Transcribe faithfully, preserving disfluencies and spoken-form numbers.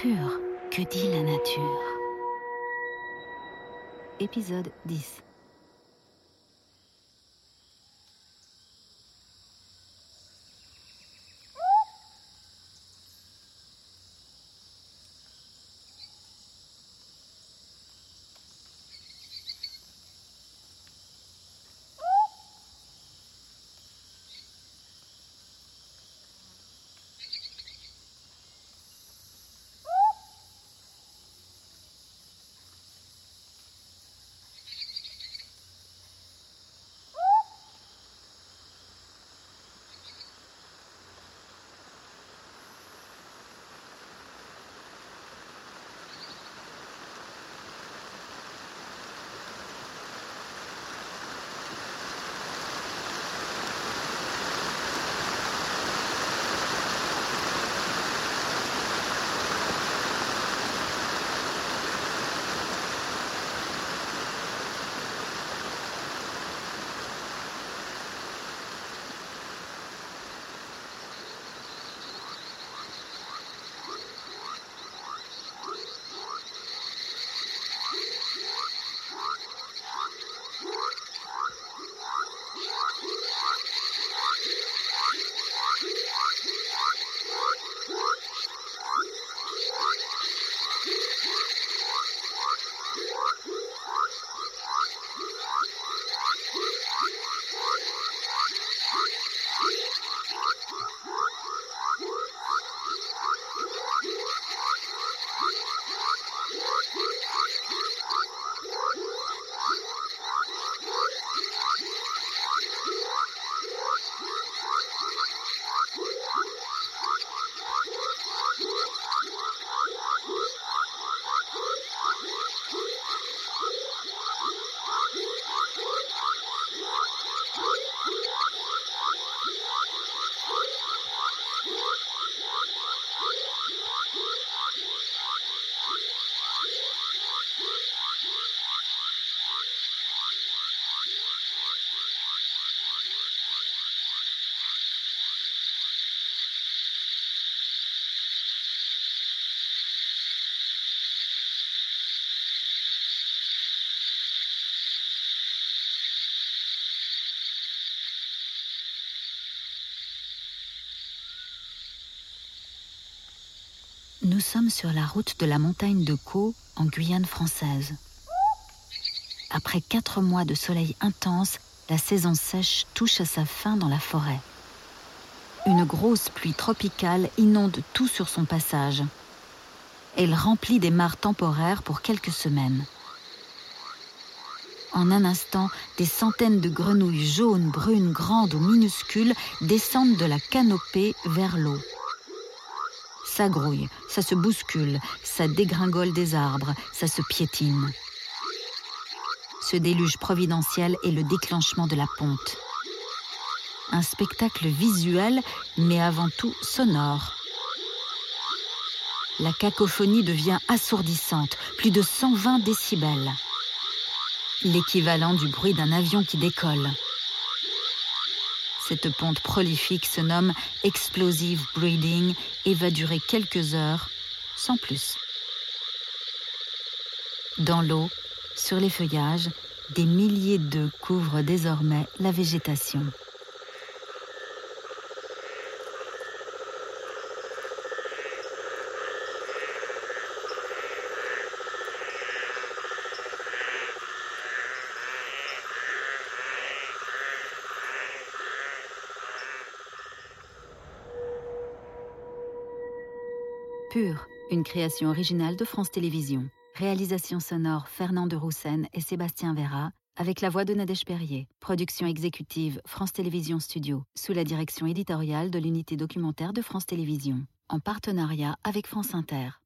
Pur, que dit la nature? Épisode dix. Nous sommes sur la route de la montagne de Caux, en Guyane française. Après quatre mois de soleil intense, la saison sèche touche à sa fin dans la forêt. Une grosse pluie tropicale inonde tout sur son passage. Elle remplit des mares temporaires pour quelques semaines. En un instant, des centaines de grenouilles jaunes, brunes, grandes ou minuscules descendent de la canopée vers l'eau. Ça grouille, ça se bouscule, ça dégringole des arbres, ça se piétine. Ce déluge providentiel est le déclenchement de la ponte. Un spectacle visuel, mais avant tout sonore. La cacophonie devient assourdissante, plus de cent vingt décibels. L'équivalent du bruit d'un avion qui décolle. Cette ponte prolifique se nomme explosive breeding et va durer quelques heures, sans plus. Dans l'eau, sur les feuillages, des milliers d'œufs couvrent désormais la végétation. Pur, une création originale de France Télévisions. Réalisation sonore Fernand de Roussen et Sébastien Vera, avec la voix de Nadège Perrier. Production exécutive France Télévisions Studio, sous la direction éditoriale de l'unité documentaire de France Télévisions, en partenariat avec France Inter.